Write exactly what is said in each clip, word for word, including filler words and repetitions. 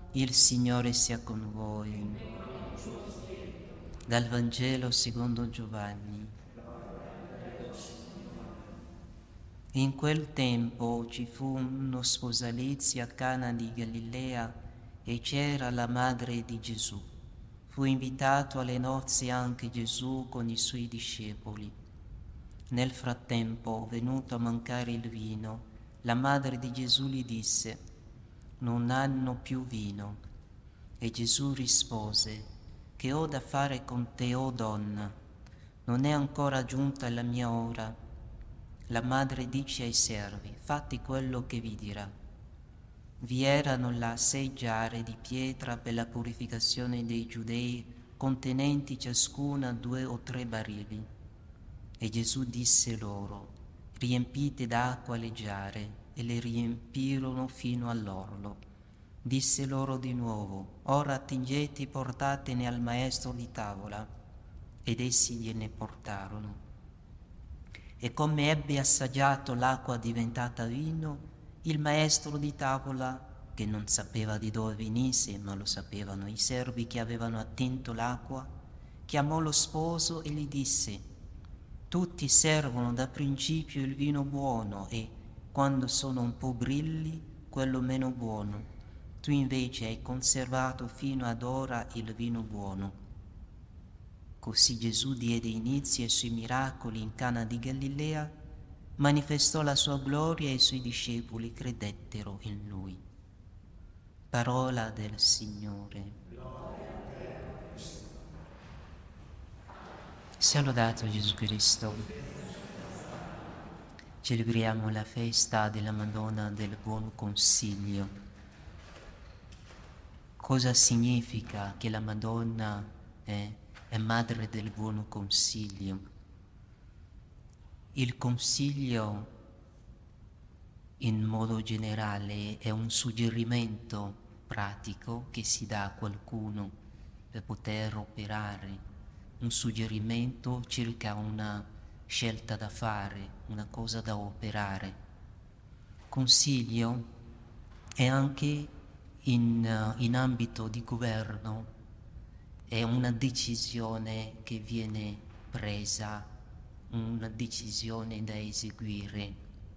Il Signore sia con voi. Dal Vangelo secondo Giovanni. In quel tempo ci fu uno sposalizio a Cana di Galilea e c'era la madre di Gesù. Fu invitato alle nozze anche Gesù con i suoi discepoli. Nel frattempo, venuto a mancare il vino, la madre di Gesù gli disse: «Non hanno più vino». E Gesù rispose: «Che ho da fare con te, o donna? Non è ancora giunta la mia ora». La madre dice ai servi: «Fate quello che vi dirà». Vi erano là sei giare di pietra per la purificazione dei giudei, contenenti ciascuna due o tre barili. E Gesù disse loro: «Riempite d'acqua le giare», e le riempirono fino all'orlo. Disse loro di nuovo: «Ora attingete e portatene al maestro di tavola». Ed essi gliene portarono. E come ebbe assaggiato l'acqua diventata vino, il maestro di tavola, che non sapeva di dove venisse, ma lo sapevano i servi che avevano attinto l'acqua, chiamò lo sposo e gli disse: «Tutti servono da principio il vino buono e, quando sono un po' brilli, quello meno buono. Tu invece hai conservato fino ad ora il vino buono». Così Gesù diede inizio ai suoi miracoli in Cana di Galilea, manifestò la sua gloria e i suoi discepoli credettero in lui. Parola del Signore. Sia lodato Gesù Cristo. Celebriamo la festa della Madonna del Buon Consiglio. Cosa significa che la Madonna è, è madre del Buon Consiglio? Il consiglio, in modo generale, è un suggerimento pratico che si dà a qualcuno per poter operare, un suggerimento circa una scelta da fare, una cosa da operare. Consiglio è anche in, in ambito di governo, è una decisione che viene presa, una decisione da eseguire.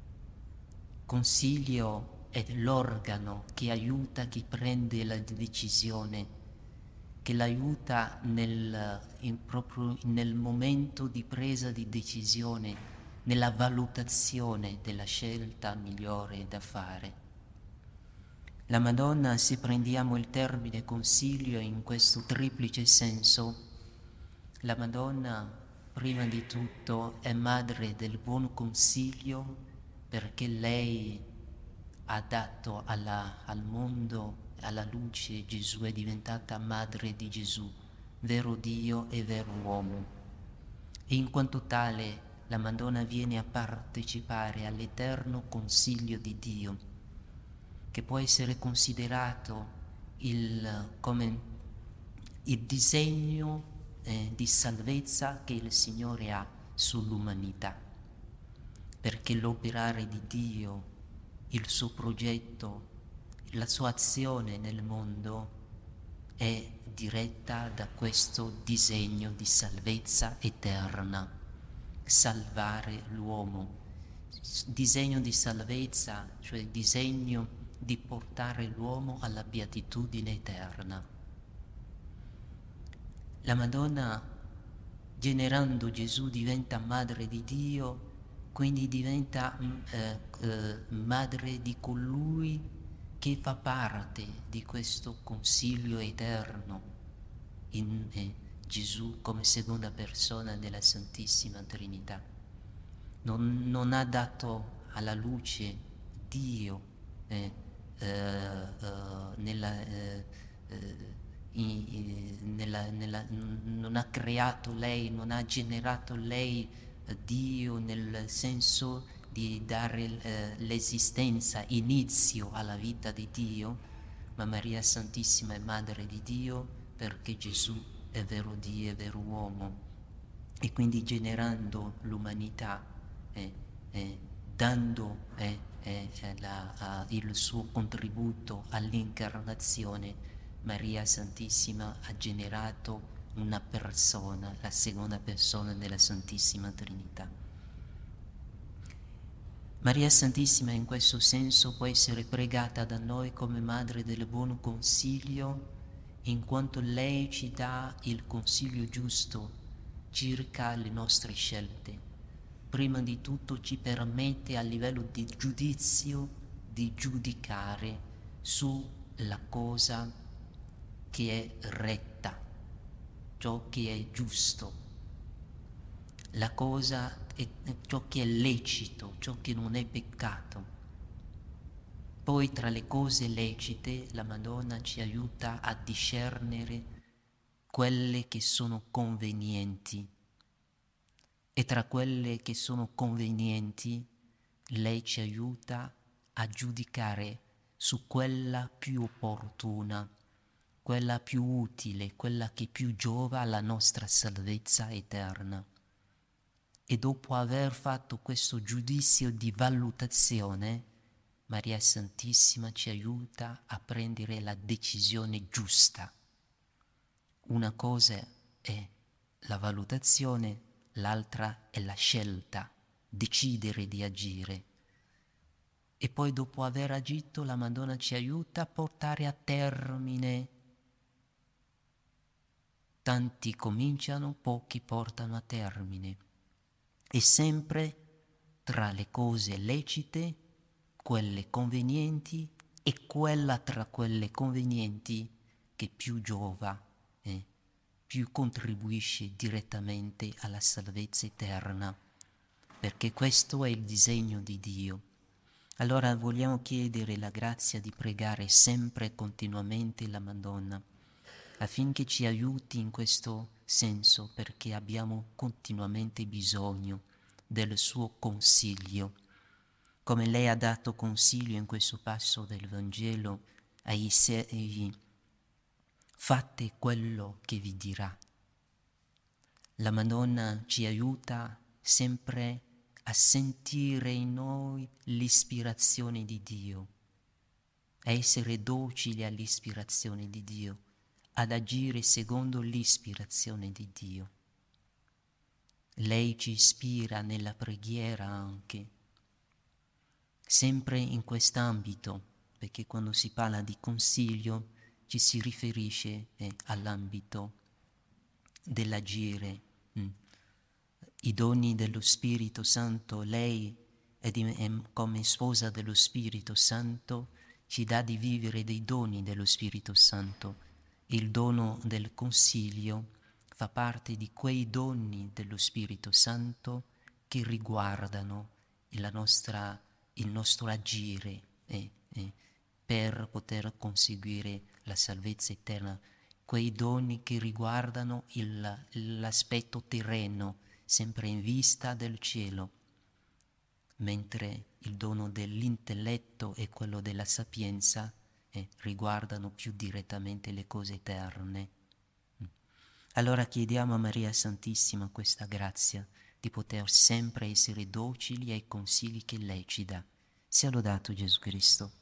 Consiglio è l'organo che aiuta chi prende la decisione, che l'aiuta nel, in proprio nel momento di presa di decisione, nella valutazione della scelta migliore da fare. La Madonna, se prendiamo il termine consiglio in questo triplice senso, la Madonna prima di tutto è madre del buon consiglio, perché lei ha dato alla, al mondo, alla luce, Gesù, è diventata madre di Gesù, vero Dio e vero uomo. E in quanto tale la Madonna viene a partecipare all'eterno consiglio di Dio, che può essere considerato il, come il disegno Eh, di salvezza che il Signore ha sull'umanità, perché l'operare di Dio, il suo progetto, la sua azione nel mondo è diretta da questo disegno di salvezza eterna, salvare l'uomo, disegno di salvezza, cioè disegno di portare l'uomo alla beatitudine eterna. La Madonna, generando Gesù, diventa madre di Dio, quindi diventa eh, eh, madre di colui che fa parte di questo consiglio eterno in eh, Gesù come seconda persona della Santissima Trinità. Non, non ha dato alla luce Dio eh, eh, eh, nella... Eh, eh, Nella, nella, non ha creato lei, non ha generato lei eh, Dio nel senso di dare eh, l'esistenza, inizio alla vita di Dio, ma Maria Santissima è madre di Dio perché Gesù è vero Dio, è vero uomo, e quindi generando l'umanità, eh, eh, dando eh, eh, la, uh, il suo contributo all'incarnazione, Maria Santissima ha generato una persona, la seconda persona della Santissima Trinità. Maria Santissima in questo senso può essere pregata da noi come Madre del Buon Consiglio, in quanto lei ci dà il consiglio giusto circa le nostre scelte. Prima di tutto ci permette a livello di giudizio di giudicare sulla cosa che è retta, ciò che è giusto, la cosa è ciò che è lecito, ciò che non è peccato. Poi tra le cose lecite la Madonna ci aiuta a discernere quelle che sono convenienti, e tra quelle che sono convenienti lei ci aiuta a giudicare su quella più opportuna, quella più utile, quella che più giova alla nostra salvezza eterna. E dopo aver fatto questo giudizio di valutazione, Maria Santissima ci aiuta a prendere la decisione giusta. Una cosa è la valutazione, l'altra è la scelta, decidere di agire. E poi dopo aver agito la Madonna ci aiuta a portare a termine. Tanti cominciano, pochi portano a termine. E sempre tra le cose lecite, quelle convenienti e quella tra quelle convenienti che più giova, eh, più contribuisce direttamente alla salvezza eterna, perché questo è il disegno di Dio. Allora vogliamo chiedere la grazia di pregare sempre e continuamente la Madonna, affinché ci aiuti in questo senso, perché abbiamo continuamente bisogno del suo consiglio. Come lei ha dato consiglio in questo passo del Vangelo ai servi: fate quello che vi dirà. La Madonna ci aiuta sempre a sentire in noi l'ispirazione di Dio, a essere docili all'ispirazione di Dio, ad agire secondo l'ispirazione di Dio. Lei ci ispira nella preghiera anche, sempre in quest'ambito, perché quando si parla di consiglio ci si riferisce eh, all'ambito dell'agire. Mm. I doni dello Spirito Santo, lei è, di, è come sposa dello Spirito Santo, ci dà di vivere dei doni dello Spirito Santo. Il dono del consiglio fa parte di quei doni dello Spirito Santo che riguardano la nostra, il nostro agire eh, eh, per poter conseguire la salvezza eterna, quei doni che riguardano il, l'aspetto terreno, sempre in vista del cielo, mentre il dono dell'intelletto e quello della sapienza eh, riguardano più direttamente le cose eterne. Allora chiediamo a Maria Santissima questa grazia di poter sempre essere docili ai consigli che lei ci dà. Sia lodato Gesù Cristo.